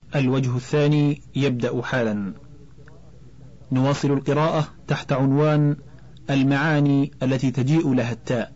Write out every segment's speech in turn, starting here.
الوجه الثاني يبدأ حالا. نواصل القراءة تحت عنوان المعاني التي تجيء لها التاء.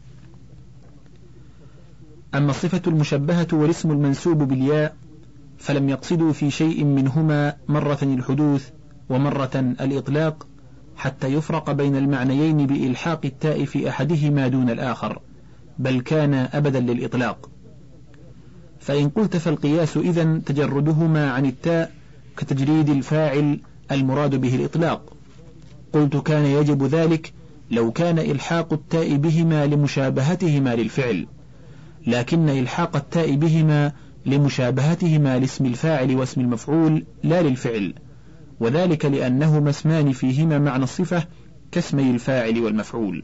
أما الصفة المشبهة والاسم المنسوب بالياء فلم يقصدوا في شيء منهما مرة الحدوث ومرة الإطلاق حتى يفرق بين المعنيين بإلحاق التاء في أحدهما دون الآخر، بل كان أبدا للإطلاق. فإن قلت فالقياس إذن تجردهما عن التاء كتجريد الفاعل المراد به الإطلاق. قلت كان يجب ذلك لو كان إلحاق التاء بهما لمشابهتهما للفعل، لكن إلحاق التاء بهما لمشابهتهما لاسم الفاعل واسم المفعول لا للفعل، وذلك لأنهما اسمان فيهما معنى الصفة كاسمي الفاعل والمفعول.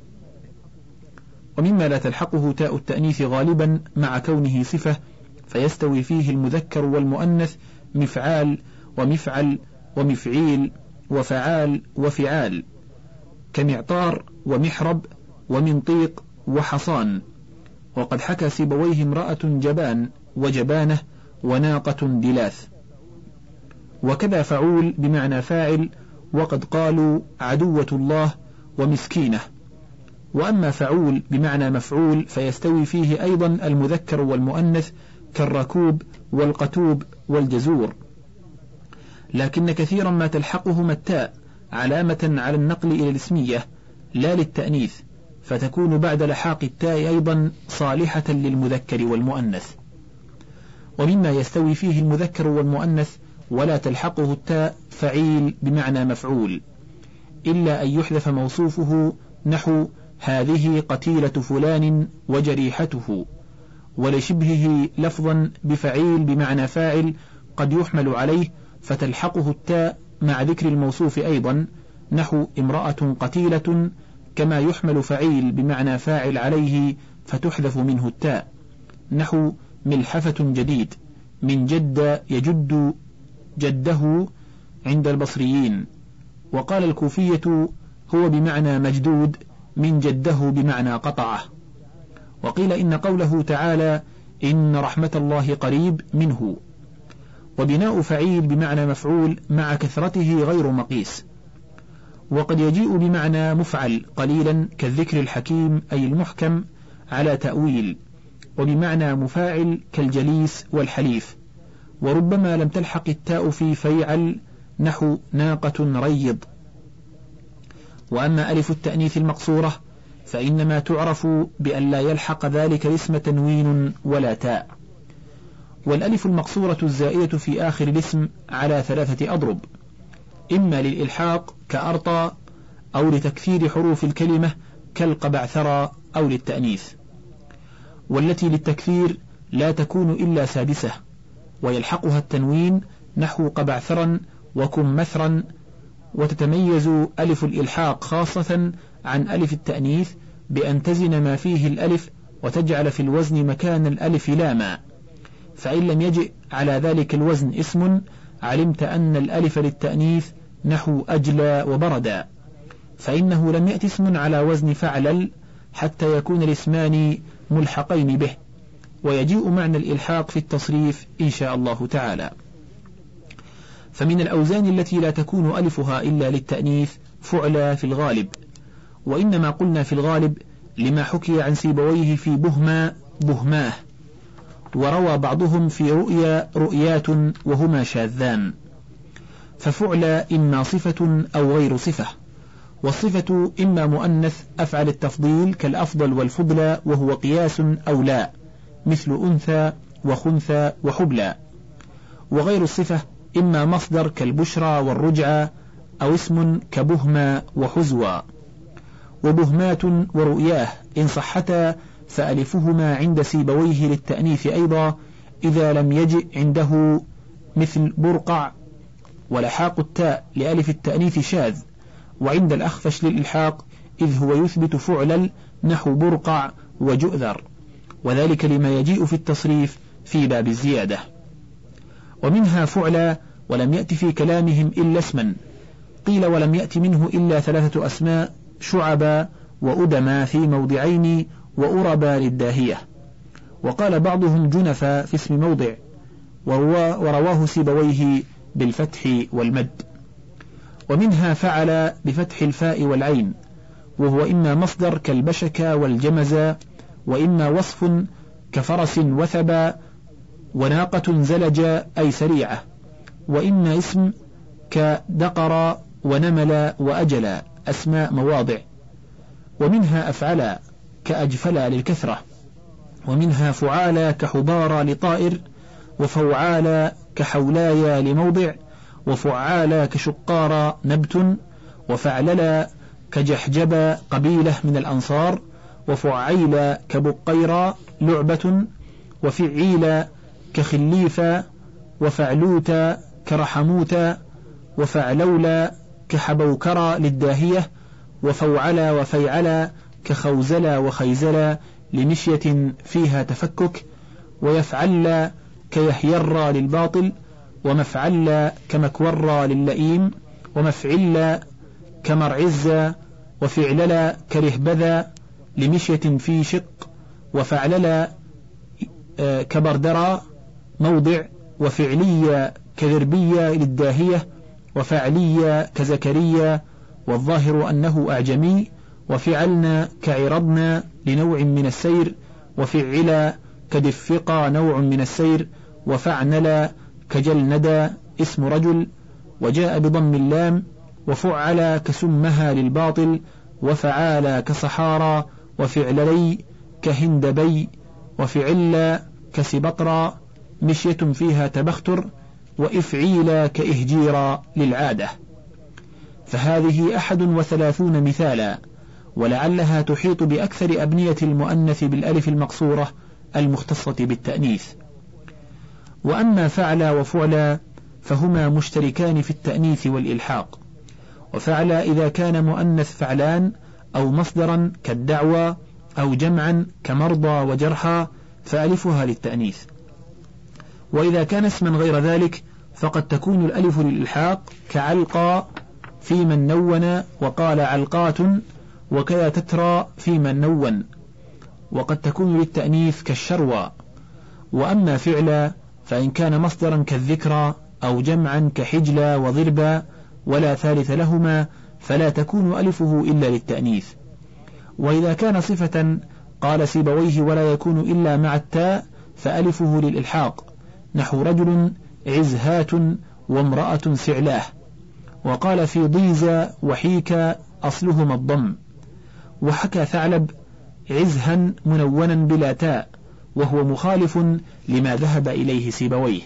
ومما لا تلحقه تاء التأنيث غالبا مع كونه صفة فيستوي فيه المذكر والمؤنث مفعال ومفعل ومفعيل وفعال وفعال، كمعطار ومحرب ومنطيق وحصان. وقد حكى سيبويه امرأة جبان وجبانة وناقة دلاث. وكذا فعول بمعنى فاعل، وقد قالوا عدوة الله ومسكينة. وأما فعول بمعنى مفعول فيستوي فيه أيضا المذكر والمؤنث كالركوب والقتوب والجزور، لكن كثيرا ما تلحقهما التاء علامة على النقل إلى الاسمية لا للتأنيث، فتكون بعد لحاق التاء أيضا صالحة للمذكر والمؤنث. ومما يستوي فيه المذكر والمؤنث ولا تلحقه التاء فعيل بمعنى مفعول، إلا أن يحذف موصوفه نحو هذه قتيلة فلان وجريحته، ولشبهه لفظا بفعيل بمعنى فاعل قد يحمل عليه فتلحقه التاء مع ذكر الموصوف أيضا نحو امرأة قتيلة، كما يحمل فعيل بمعنى فاعل عليه فتحذف منه التاء نحو ملحفة جديد، من جد يجد جده عند البصريين. وقال الكوفية هو بمعنى مجدود من جده بمعنى قطعه. وقيل إن قوله تعالى إن رحمة الله قريب منه. وبناء فعيل بمعنى مفعول مع كثرته غير مقيس. وقد يجيء بمعنى مفعل قليلا كالذكر الحكيم أي المحكم على تأويل، وبمعنى مفاعل كالجليس والحليف. وربما لم تلحق التاء في فيعل نحو ناقة ريض. وأما ألف التأنيث المقصورة فإنما تعرف بأن لا يلحق ذلك الاسم تنوين ولا تاء. والألف المقصورة الزائدة في آخر الاسم على 3 أضرب، إما للإلحاق كأرطى، أو لتكثير حروف الكلمة كالقبعثرى، أو للتأنيث. والتي للتكثير لا تكون إلا سادسة، ويلحقها التنوين نحو قبعثرا وكمثرا. وتتميز ألف الإلحاق خاصة عن ألف التأنيث بأن تزن ما فيه الألف وتجعل في الوزن مكان الألف لاما، فإن لم يجئ على ذلك الوزن اسم علمت أن الألف للتأنيث نحو أجلى وبردا، فإنه لم يأت اسم على وزن فعلل حتى يكون الاسمان ملحقين به. ويجيء معنى الإلحاق في التصريف إن شاء الله تعالى. فمن الأوزان التي لا تكون ألفها إلا للتأنيث فعلى في الغالب، وإنما قلنا في الغالب لما حكي عن سيبويه في بهما بهماه، وروى بعضهم في رؤيا رؤيات وهما شاذان. ففعلى إما صفة أو غير صفة، والصفة إما مؤنث أفعل التفضيل كالأفضل والفضلى وهو قياس أو لا، مثل أنثى وخنثى وحبلى. وغير الصفة إما مصدر كالبشرى والرجعة، أو اسم كبهما وحزوى. وبهمات ورؤياه إن صحتا فألفهما عند سيبويه للتأنيث أيضا إذا لم يجئ عنده مثل برقع. ولحاق التاء لألف التأنيث شاذ، وعند الأخفش للإلحاق إذ هو يثبت فعلا نحو برقع وجؤذر، وذلك لما يجيء في التصريف في باب الزيادة. ومنها فعلا ولم يأت في كلامهم إلا اسما، قيل ولم يأت منه إلا 3 أسماء شعبا وأدما في موضعين وأربا للداهية. وقال بعضهم جنفا في اسم موضع، ورواه سيبويه بالفتح والمد. ومنها فعل بفتح الفاء والعين، وهو إما مصدر كالبشك والجمز، وإما وصف كفرس وثب وناقة زلج أي سريعة، وإما اسم كدقر ونمل وأجل أسماء مواضع. ومنها أفعل كأجفل للكثرة، ومنها فعال كحبار لطائر، وفوعال كحولاي لموضع، وفعال كشقار نبت، وفعلل كجحجب قبيلة من الأنصار، وفعيل كبقير لعبة، وفعيل كخليف، وفعلوت كرحموت، وفعلول كحبوكر للداهية، وفوعل وفيعل كخوزل وخيزل لمشية فيها تفكك، ويفعل كيهير للباطل، ومفعل كمكور للئيم، ومفعل كمرعز، وفعلل كرهبذ لمشية في شق، وفعلل كبردرى موضع، وفعلي كذربية للداهية، وفعلي كزكريا، والظاهر أنه أعجمي، وفعلنا كعرضنا لنوع من السير، وفعل كدفق نوع من السير، وفعنل كجلند اسم رجل، وجاء بضم اللام، وفعل كسمها للباطل، وفعال كصحارى، وفعللي كهندبي، وفعل كسبطرى مشية فيها تبختر، وإفعيل كإهجير للعادة. فهذه 31 مثالا، ولعلها تحيط بأكثر أبنية المؤنث بالألف المقصورة المختصة بالتأنيث. وأما فعل وفعل فهما مشتركان في التأنيث والإلحاق. وفعل إذا كان مؤنث فعلان، أو مصدرا كالدعوى، أو جمعا كمرضى وجرحى فألفها للتأنيث. وإذا كان اسما غير ذلك فقد تكون الألف للإلحاق كعلقى في من نون وقال علقات، وكذا تترى في من نون، وقد تكون للتأنيث كالشروى. وأما فعل فإن كان مصدرا كالذكرى، أو جمعا كحجلى وضربا ولا ثالث لهما، فلا تكون ألفه إلا للتأنيث. وإذا كان صفة قال سيبويه ولا يكون إلا مع التاء فألفه للإلحاق، نحو رجل عزهات وامرأة سعلاه. وقال في ضيز وحيك أصلهما الضم. وحكى ثعلب عزها منونا بلا تاء، وهو مخالف لما ذهب إليه سيبويه.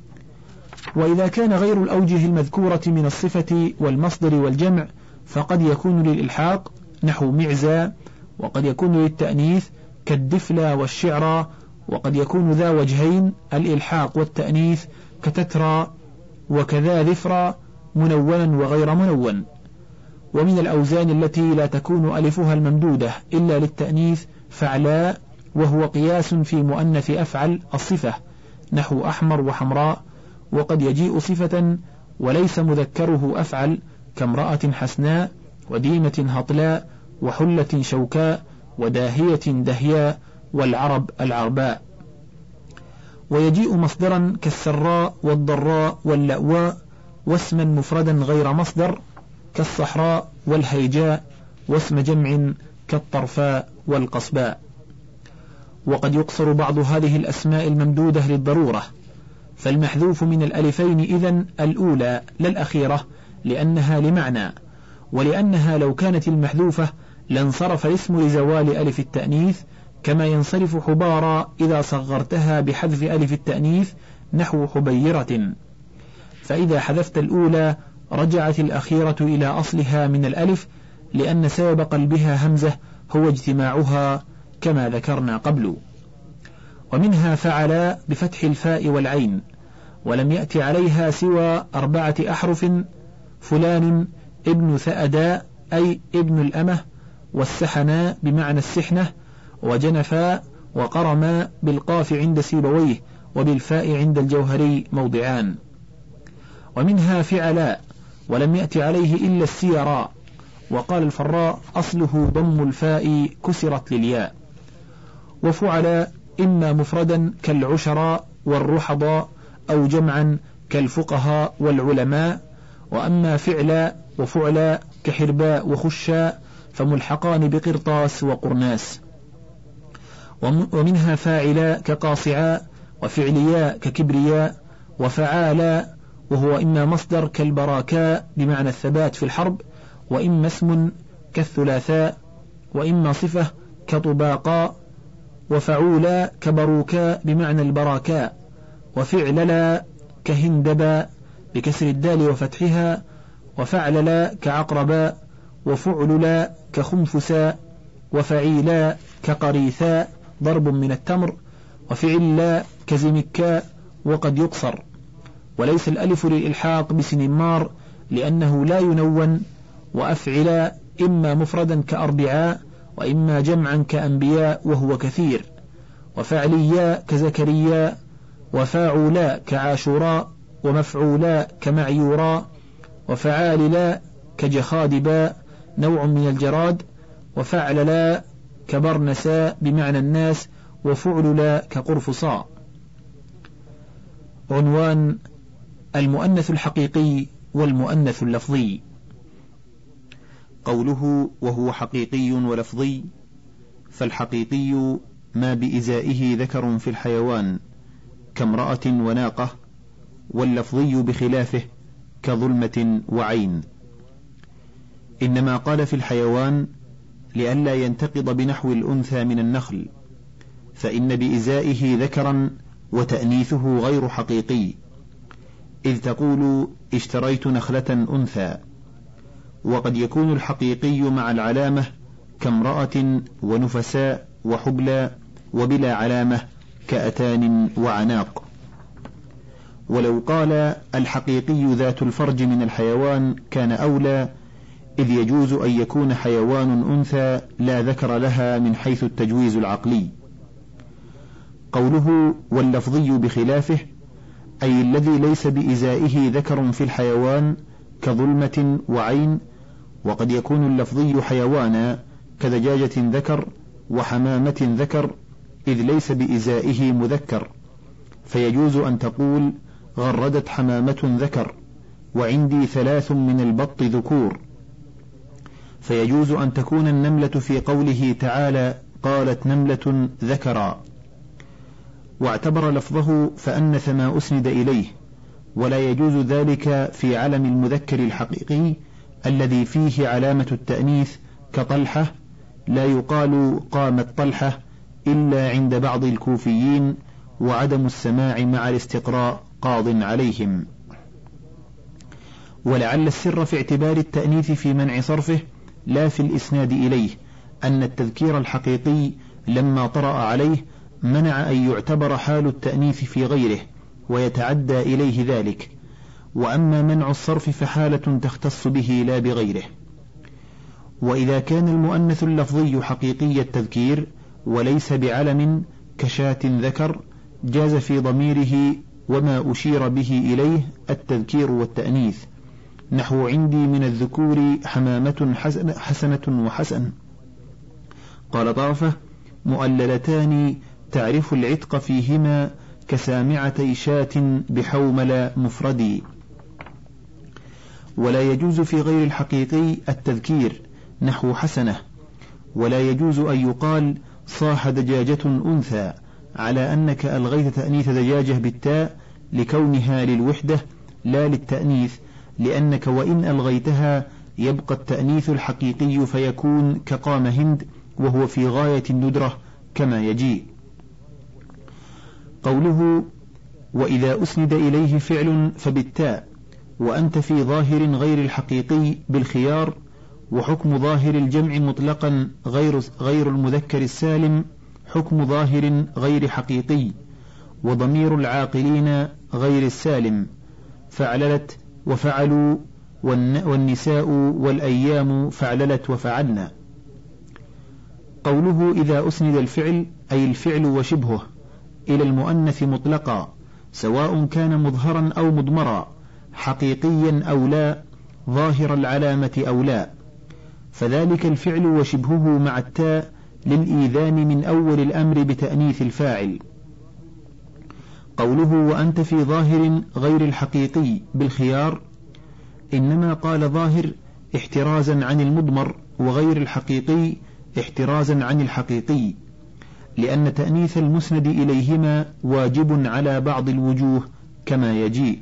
وإذا كان غير الأوجه المذكورة من الصفة والمصدر والجمع فقد يكون للإلحاق، نحو معزى، وقد يكون للتأنيث كالدفلى والشعرى، وقد يكون ذا وجهين الإلحاق والتأنيث كتترى، وكذا ذفرى منونا وغير منون. ومن الأوزان التي لا تكون ألفها الممدودة إلا للتأنيث فعلاء، وهو قياس في مؤنث أفعل الصفة، نحو أحمر وحمراء. وقد يجيء صفة وليس مذكره أفعل، كامرأة حسناء، وديمة هطلاء، وحلة شوكاء، وداهية دهياء، والعرب العرباء. ويجيء مصدرا كالسراء والضراء واللأواء، واسما مفردا غير مصدر كالصحراء والهيجاء، واسم جمع كالطرفاء والقصباء. وقد يقصر بعض هذه الأسماء الممدودة للضرورة، فالمحذوف من الألفين إذن الأولى لا الأخيرة، لأنها لمعنى، ولأنها لو كانت المحذوفة لانصرف الاسم لزوال ألف التأنيث، كما ينصرف حبارى إذا صغرتها بحذف ألف التأنيث، نحو حبيرة. فإذا حذفت الأولى رجعت الأخيرة إلى أصلها من الألف، لأن سبب قلبها همزة هو اجتماعها كما ذكرنا قبل. ومنها فعل بفتح الفاء والعين، ولم يأت عليها سوى 4 أحرف: فلان ابن ثأداء أي ابن الأمة، والسحناء بمعنى السحنة، وجنفاء وقرما بالقاف عند سيبويه، وبالفاء عند الجوهري موضعان. ومنها فعلاء، ولم يأت عليه إلا السيراء، وقال الفراء أصله ضم الفاء كسرت للياء. وفعل إما مفردا كالعشراء والرحضاء، أو جمعا كالفقهاء والعلماء. وأما فعلا وفعلا كحرباء وخشاء فملحقان بقرطاس وقرناس. ومنها فاعلا كقاصعاء، وفعلياء ككبرياء، وفعالا وهو إما مصدر كالبراكاء بمعنى الثبات في الحرب، وإما اسم كالثلاثاء، وإما صفة كطباقاء، وفعولا كبروكاء بمعنى البراكاء، وفعللا كهندباء بكسر الدال وفتحها، وفعللا كعقرباء، وفعللا كخنفساء، وفعيلا كقريثاء ضرب من التمر، وفعلا كزمكاء وقد يقصر. وليس الألف للإلحاق بسنمار لأنه لا ينون. وأفعلا إما مفردا كأربعاء، وإما جمعا كأنبياء وهو كثير. وفعليا كزكريا، وفاعولا كعاشوراء، ومفعولا كمعيوراء، وفعاللا كجخادباء نوع من الجراد، وفعللا كبرنساء بمعنى الناس، وفعللا كقرفصاء. عنوان: المؤنث الحقيقي والمؤنث اللفظي. قوله وهو حقيقي ولفظي، فالحقيقي ما بإزائه ذكر في الحيوان كامرأة وناقة، واللفظي بخلافه كظلمة وعين. إنما قال في الحيوان لئلا ينتقض بنحو الأنثى من النخل، فإن بإزائه ذكرا وتأنيثه غير حقيقي، إذ تقول اشتريت نخلة أنثى. وقد يكون الحقيقي مع العلامة كامرأة ونفساء وحبلى، وبلا علامة كأتان وعناق. ولو قال الحقيقي ذات الفرج من الحيوان كان أولى، إذ يجوز أن يكون حيوان أنثى لا ذكر لها من حيث التجويز العقلي. قوله واللفظي بخلافه، أي الذي ليس بإزائه ذكر في الحيوان كظلمة وعين. وقد يكون اللفظي حيوانا كدجاجة ذكر وحمامة ذكر، إذ ليس بإزائه مذكر، فيجوز أن تقول غردت حمامة ذكر، وعندي 3 من البط ذكور. فيجوز أن تكون النملة في قوله تعالى قالت نملة ذكرا، واعتبر لفظه فأنث ما أسند إليه. ولا يجوز ذلك في علم المذكر الحقيقي الذي فيه علامة التأنيث كطلحة، لا يقال قامت طلحة إلا عند بعض الكوفيين، وعدم السماع مع الاستقراء قاض عليهم. ولعل السر في اعتبار التأنيث في منع صرفه لا في الإسناد إليه، أن التذكير الحقيقي لما طرأ عليه منع أن يعتبر حال التأنيث في غيره ويتعدى إليه ذلك. وأما منع الصرف فحالة تختص به لا بغيره. وإذا كان المؤنث اللفظي حقيقي التذكير وليس بعلم كشاة ذكر، جاز في ضميره وما أشير به إليه التذكير والتأنيث، نحو عندي من الذكور حمامة حسنة وحسن. قال طرفة مؤللتان تعرف العتق فيهما كسامعتي شاة بحومل مفردي. ولا يجوز في غير الحقيقي التذكير نحو حسنة. ولا يجوز أن يقال صاح دجاجة أنثى على أنك ألغيت تأنيث دجاجة بالتاء لكونها للوحدة لا للتأنيث، لأنك وإن ألغيتها يبقى التأنيث الحقيقي فيكون كقام هند، وهو في غاية الندرة كما يجيء. قوله وإذا أسند إليه فعل فبالتاء، وأنت في ظاهر غير الحقيقي بالخيار، وحكم ظاهر الجمع مطلقا غير المذكر السالم حكم ظاهر غير حقيقي، وضمير العاقلين غير السالم، فعللت وفعلوا والنساء والأيام فعللت وفعلنا. قوله إذا أسند الفعل أي الفعل وشبهه إلى المؤنث مطلقا، سواء كان مظهرا أو مضمرا، حقيقيا أو لا، ظاهر العلامة أو لا، فذلك الفعل وشبهه مع التاء للإيذان من أول الأمر بتأنيث الفاعل. قوله وأنت في ظاهر غير الحقيقي بالخيار، إنما قال ظاهر احترازا عن المضمر، وغير الحقيقي احترازا عن الحقيقي، لأن تأنيث المسند إليهما واجب على بعض الوجوه كما يجيء.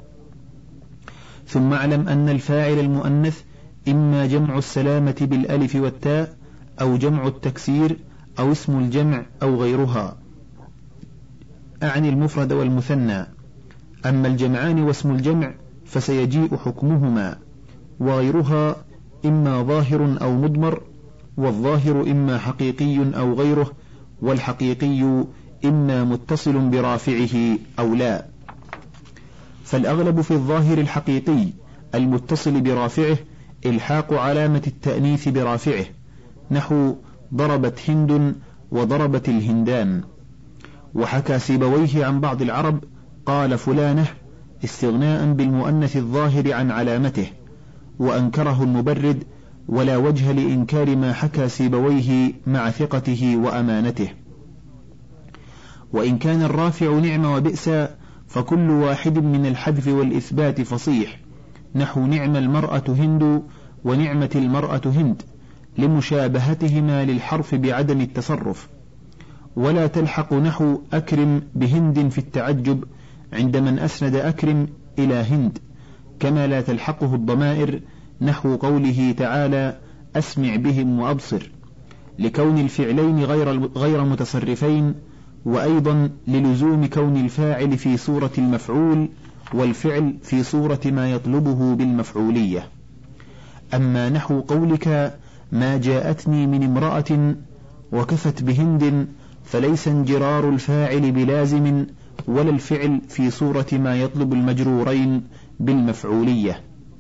ثم اعلم أن الفاعل المؤنث إما جمع السلامة بالألف والتاء، أو جمع التكسير، أو اسم الجمع، أو غيرها، أعني المفرد والمثنى. أما الجمعان واسم الجمع فسيجيء حكمهما، وغيرها إما ظاهر أو مضمر، والظاهر إما حقيقي أو غيره، والحقيقي إما متصل برافعه أو لا. فالأغلب في الظاهر الحقيقي المتصل برافعه إلحاق علامة التأنيث برافعه، نحو ضربت هند وضربت الهندان. وحكى سيبويه عن بعض العرب قال فلانة استغناء بالمؤنث الظاهر عن علامته، وأنكره المبرد، ولا وجه لإنكار ما حكى سيبويه مع ثقته وأمانته. وإن كان الرافع نعم وبئس فكل واحد من الحذف والإثبات فصيح، نحو نعم المرأة هند ونعمة المرأة هند، لمشابهتهما للحرف بعدم التصرف. ولا تلحق نحو أكرم بهند في التعجب عند من أسند أكرم إلى هند، كما لا تلحقه الضمائر نحو قوله تعالى أسمع بهم وأبصر، لكون الفعلين غير متصرفين، وأيضا للزوم كون الفاعل في صورة المفعول والفعل في صورة ما يطلبه بالمفعولية. أما نحو قولك ما جاءتني من امرأة وكفت بهند، فليس انجرار الفاعل بلازم، ولا الفعل في صورة ما يطلب المجرورين بالمفعولية.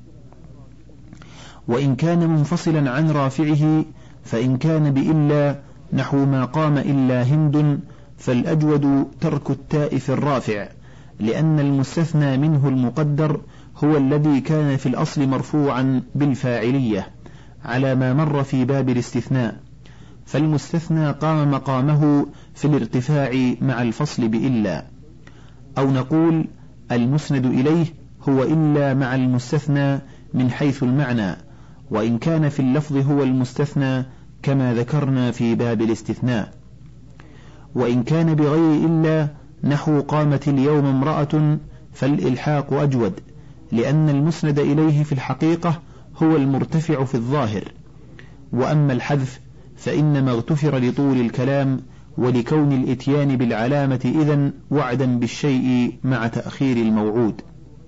وإن كان منفصلا عن رافعه فإن كان بإلا نحو ما قام إلا هند، فالأجود ترك التاء في الرافع، لأن المستثنى منه المقدر هو الذي كان في الأصل مرفوعا بالفاعلية على ما مر في باب الاستثناء، فالمستثنى قام مقامه في الارتفاع مع الفصل بإلا. أو نقول المسند إليه هو إلا مع المستثنى من حيث المعنى، وإن كان في اللفظ هو المستثنى كما ذكرنا في باب الاستثناء. وإن كان بغير إلا نحو قامت اليوم امرأة، فالإلحاق أجود، لأن المسند إليه في الحقيقة هو المرتفع في الظاهر. وأما الحذف فإنما اغتفر لطول الكلام ولكون الإتيان بالعلامة إذن وعدا بالشيء مع تأخير الموعود.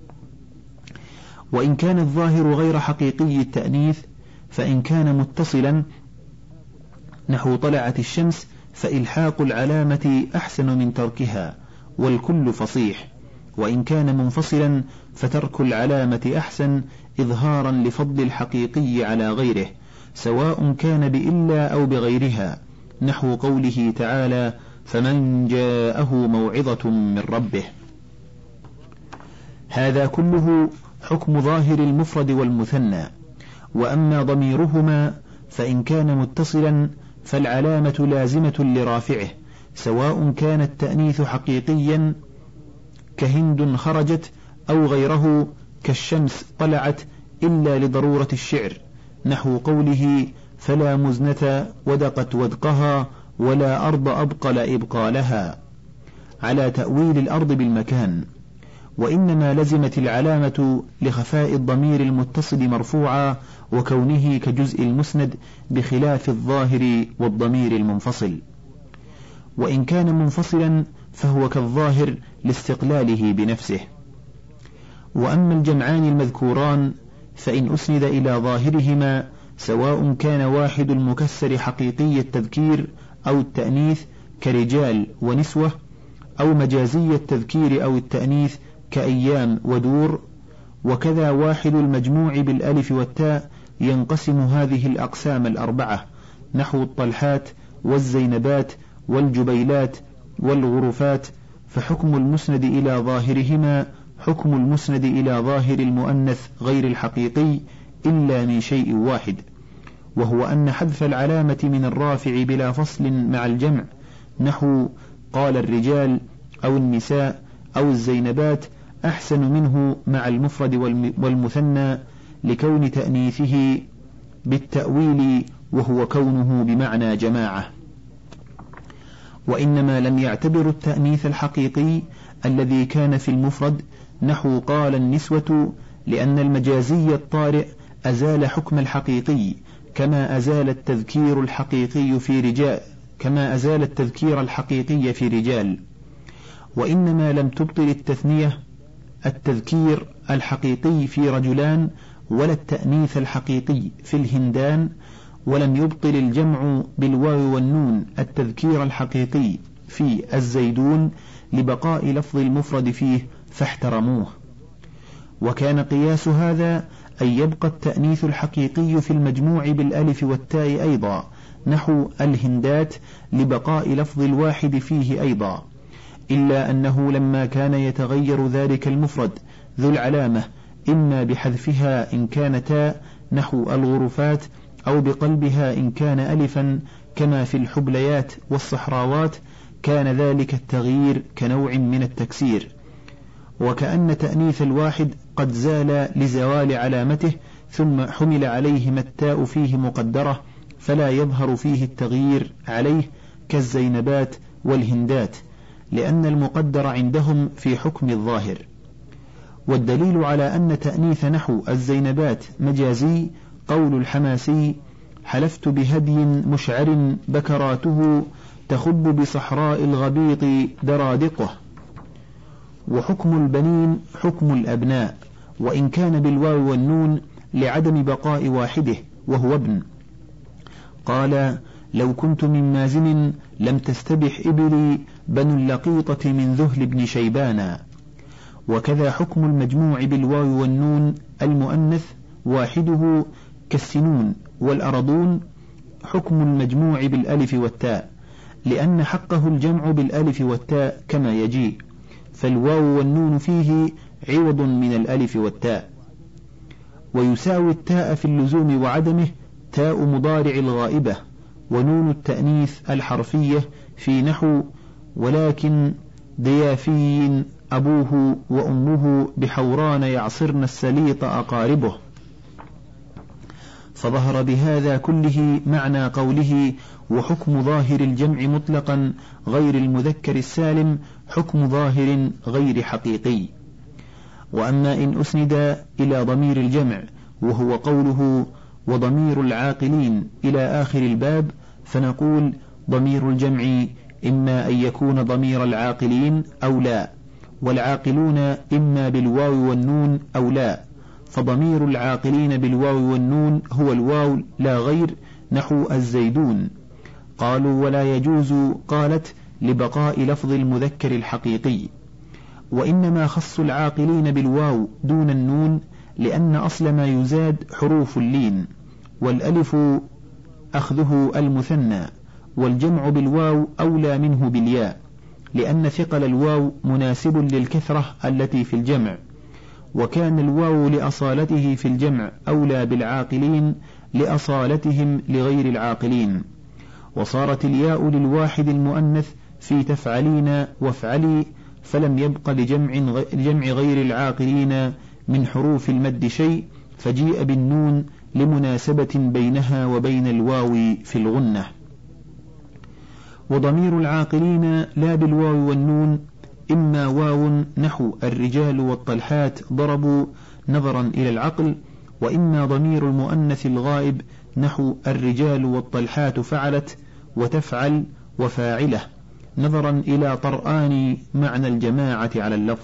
وإن كان الظاهر غير حقيقي التأنيث فإن كان متصلا نحو طلعت الشمس فإلحاق العلامة أحسن من تركها، والكل فصيح. وإن كان منفصلا فترك العلامة أحسن إظهارا لفضل الحقيقي على غيره، سواء كان بإلا أو بغيرها، نحو قوله تعالى فمن جاءه موعظة من ربه. هذا كله حكم ظاهر المفرد والمثنى. وأما ضميرهما فإن كان متصلا فالعلامة لازمة لرافعه، سواء كان التأنيث حقيقيا كهند خرجت أو غيره كالشمس طلعت إلا لضرورة الشعر، نحو قوله فلا مزنة ودقت ودقها ولا أرض أبقل إبقالها، على تأويل الأرض بالمكان. وإنما لزمت العلامة لخفاء الضمير المتصل مرفوعا وكونه كجزء المسند بخلاف الظاهر والضمير المنفصل. وإن كان منفصلا فهو كالظاهر لاستقلاله بنفسه. وأما الجمعان المذكوران فإن أسند إلى ظاهرهما سواء كان واحد المكسر حقيقي التذكير أو التأنيث كرجال ونسوة، أو مجازي التذكير أو التأنيث كأيام ودور، وكذا واحد المجموع بالألف والتاء ينقسم هذه الأقسام الأربعة، نحو الطلحات والزينبات والجبيلات والغرفات، فحكم المسند إلى ظاهرهما حكم المسند إلى ظاهر المؤنث غير الحقيقي إلا من شيء واحد، وهو أن حذف العلامة من الرافع بلا فصل مع الجمع، نحو قال الرجال أو النساء أو الزينبات أحسن منه مع المفرد والمثنى لكون تأنيثه بالتأويل وهو كونه بمعنى جماعة. وإنما لم يعتبر التأنيث الحقيقي الذي كان في المفرد نحو قال النسوة، لأن المجازي الطارئ أزال حكم الحقيقي كما أزال التذكير الحقيقي في رجال. وإنما لم تبطل التثنية التذكير الحقيقي في رجلان ولا التأنيث الحقيقي في الهندان، ولم يبطل الجمع بالواو والنون التذكير الحقيقي في الزيدون لبقاء لفظ المفرد فيه فاحترموه. وكان قياس هذا أن يبقى التأنيث الحقيقي في المجموع بالألف والتاء أيضا نحو الهندات لبقاء لفظ الواحد فيه أيضا، إلا أنه لما كان يتغير ذلك المفرد ذو العلامة إما بحذفها إن كان تاء نحو الغرفات أو بقلبها إن كان ألفا كما في الحبليات والصحراوات، كان ذلك التغيير كنوع من التكسير، وكأن تأنيث الواحد قد زال لزوال علامته ثم حمل عليهما التاء فيه مقدرة فلا يظهر فيه التغيير عليه كالزينبات والهندات، لأن المقدر عندهم في حكم الظاهر. والدليل على أن تأنيث نحو الزينبات مجازي قول الحماسي: حلفت بهدي مشعر بكراته تخب بصحراء الغبيط درادقه. وحكم البنين حكم الأبناء، وإن كان بالواو والنون لعدم بقاء واحده وهو ابن. قال: لو كنت من مازن لم تستبح إبلي بنو اللقيطة من ذهل بن شيبانا. وكذا حكم المجموع بالواو والنون المؤنث واحده كالسنون والأرضون حكم المجموع بالألف والتاء، لأن حقه الجمع بالألف والتاء كما يجيء، فالواو والنون فيه عوض من الألف والتاء. ويساوي التاء في اللزوم وعدمه تاء مضارع الغائبة ونون التأنيث الحرفية في نحو: ولكن ديافي أبوه وأمه بحوران يعصرن السليط أقاربه. فظهر بهذا كله معنى قوله: وحكم ظاهر الجمع مطلقا غير المذكر السالم حكم ظاهر غير حقيقي. وأما إن أسند إلى ضمير الجمع وهو قوله: وضمير العاقلين إلى آخر الباب، فنقول: ضمير الجمع إما أن يكون ضمير العاقلين أو لا، والعاقلون إما بالواو والنون أو لا، فضمير العاقلين بالواو والنون هو الواو لا غير نحو الزيدون. قالوا: ولا يجوز، قالت: لبقاء لفظ المذكر الحقيقي. وإنما خص العاقلين بالواو دون النون لأن أصل ما يزاد حروف اللين، والألف أخذه المثنى، والجمع بالواو أولى منه بالياء، لأن ثقل الواو مناسب للكثرة التي في الجمع، وكان الواو لأصالته في الجمع أولى بالعاقلين لأصالتهم لغير العاقلين. وصارت الياء للواحد المؤنث في تفعلين وافعلي، فلم يبق لجمع غير العاقلين من حروف المد شيء، فجيء بالنون لمناسبة بينها وبين الواو في الغنة. وضمير العاقلين لا بالواو والنون إما واو نحو الرجال والطلحات ضربوا نظرا إلى العقل، وإما ضمير المؤنث الغائب نحو الرجال والطلحات فعلت وتفعل وفاعله نظرا إلى طرآن معنى الجماعة على اللفظ.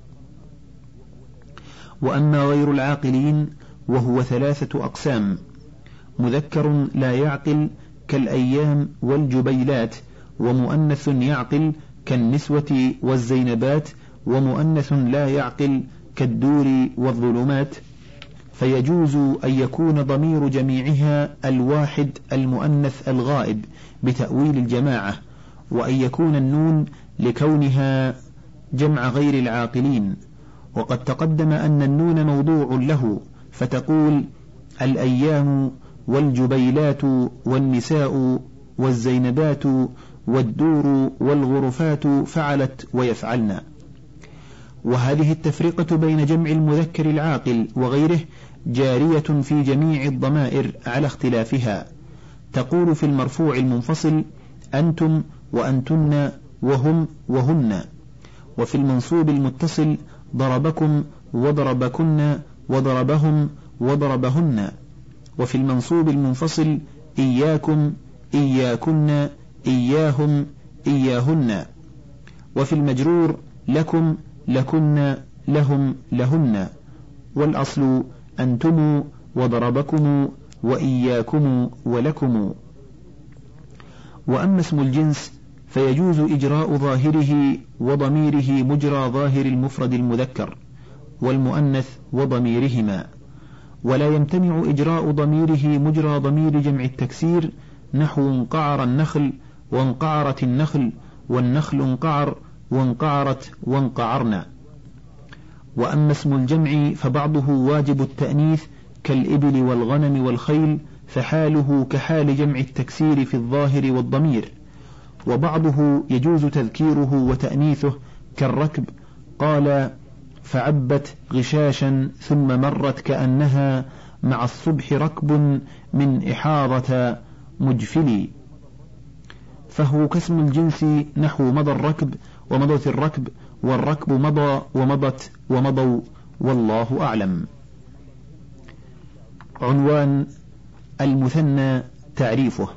وأما غير العاقلين وهو 3 أقسام: مذكر لا يعقل كالأيام والجبيلات، ومؤنث يعقل كالنسوة والزينبات، ومؤنث لا يعقل كالدور والظلمات. فيجوز أن يكون ضمير جميعها الواحد المؤنث الغائب بتأويل الجماعة، وأن يكون النون لكونها جمع غير العاقلين. وقد تقدم أن النون موضوع له، فتقول: الأيام والجبيلات والنساء والزينبات والدور والغرفات فعلت ويفعلن. وهذه التفرقة بين جمع المذكر العاقل وغيره جارية في جميع الضمائر على اختلافها. تقول في المرفوع المنفصل أنتم وأنتن وهم وهن، وفي المنصوب المتصل ضربكم وضربكن وضربهم وضربهن، وفي المنصوب المنفصل إياكم إياكن إياهم إياهن، وفي المجرور لكم لكن لهم لهن، والأصل أنتم وضربكم وإياكم ولكم. وأما اسم الجنس فيجوز إجراء ظاهره وضميره مجرى ظاهر المفرد المذكر والمؤنث وضميرهما، ولا يمتنع إجراء ضميره مجرى ضمير جمع التكسير، نحو انقعر النخل وانقعرت النخل والنخل انقعر وانقعرت وانقعرنا. وأما اسم الجمع فبعضه واجب التأنيث كالإبل والغنم والخيل، فحاله كحال جمع التكسير في الظاهر والضمير، وبعضه يجوز تذكيره وتأنيثه كالركب، قال فعبت غشاشا ثم مرت كأنها مع الصبح ركب من إحاضة مجفلي، فهو كاسم الجنس، نحو مضى الركب ومضت الركب والركب مضى ومضت ومضوا، والله أعلم. عنوان المثنى تعريفه.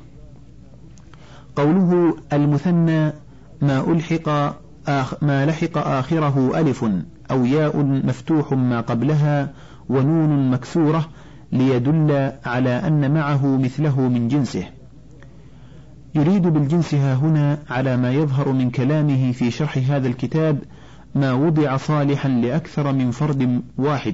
قوله المثنى ما لحق آخره ألف أو ياء مفتوح ما قبلها ونون مكسورة ليدل على أن معه مثله من جنسه. يريد بالجنس هنا على ما يظهر من كلامه في شرح هذا الكتاب ما وضع صالحا لأكثر من فرد واحد،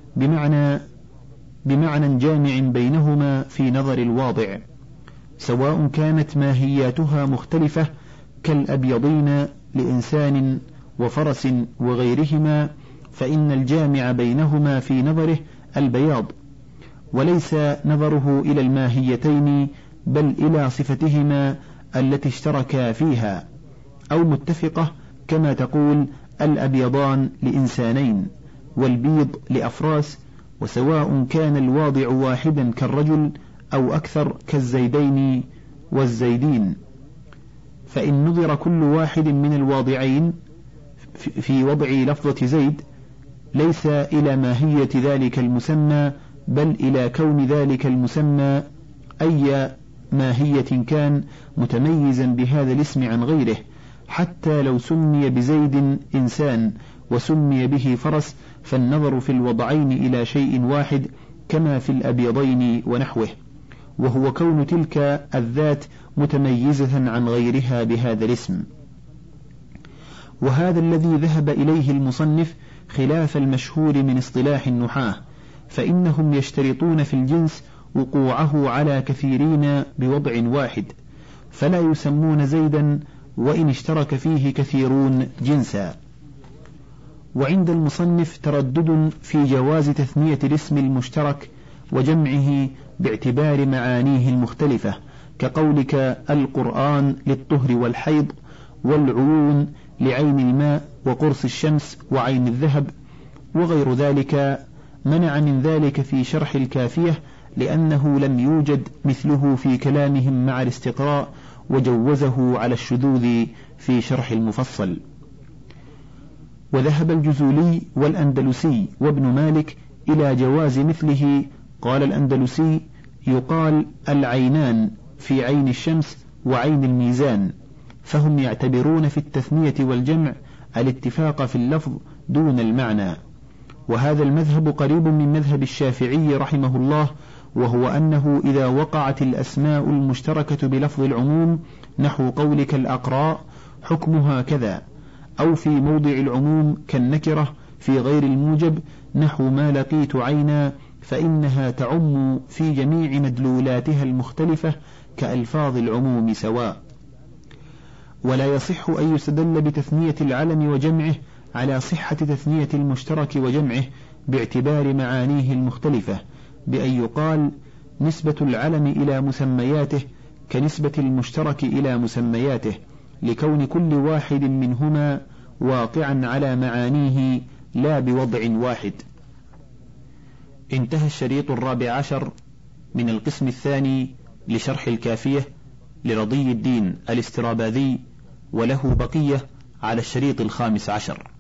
بمعنى جامع بينهما في نظر الواضع، سواء كانت ماهياتها مختلفة كالأبيضين لإنسان وفرس وغيرهما، فإن الجامع بينهما في نظره البياض، وليس نظره إلى الماهيتين بل إلى صفتهما التي اشتركا فيها، أو متفقة كما تقول الأبيضان لإنسانين والبيض لأفراس، وسواء كان الواضع واحدا كالرجل أو أكثر كالزيدين والزيدين، فإن نظر كل واحد من الواضعين في وضع لفظة زيد ليس إلى ماهية ذلك المسمى بل إلى كون ذلك المسمى أي ماهية كان متميزا بهذا الاسم عن غيره، حتى لو سمي بزيد إنسان وسمي به فرس، فالنظر في الوضعين إلى شيء واحد كما في الأبيضين ونحوه، وهو كون تلك الذات متميزة عن غيرها بهذا الاسم. وهذا الذي ذهب إليه المصنف خلاف المشهور من اصطلاح النحاة، فإنهم يشترطون في الجنس وقوعه على كثيرين بوضع واحد، فلا يسمون زيدا وإن اشترك فيه كثيرون جنسا. وعند المصنف تردد في جواز تثنية الاسم المشترك وجمعه باعتبار معانيه المختلفة، كقولك القرآن للطهر والحيض، والعيون لعين الماء وقرص الشمس وعين الذهب وغير ذلك. منع من ذلك في شرح الكافية لأنه لم يوجد مثله في كلامهم مع الاستقراء، وجوزه على الشذوذ في شرح المفصل. وذهب الجزولي والأندلسي وابن مالك إلى جواز مثله. قال الأندلسي يقال العينان في عين الشمس وعين الميزان، فهم يعتبرون في التثنية والجمع الاتفاق في اللفظ دون المعنى. وهذا المذهب قريب من مذهب الشافعي رحمه الله، وهو أنه إذا وقعت الأسماء المشتركة بلفظ العموم نحو قولك الأقراء حكمها كذا، أو في موضع العموم كالنكرة في غير الموجب نحو ما لقيت عينا، فإنها تعم في جميع مدلولاتها المختلفة كألفاظ العموم سواء. ولا يصح أن يستدل بتثنية العلم وجمعه على صحة تثنية المشترك وجمعه باعتبار معانيه المختلفة، بأن يقال نسبة العلم إلى مسمياته كنسبة المشترك إلى مسمياته، لكون كل واحد منهما واقعا على معانيه لا بوضع واحد. انتهى الشريط 14 من القسم الثاني لشرح الكافية لرضي الدين الاستراباذي، وله بقية على الشريط 15.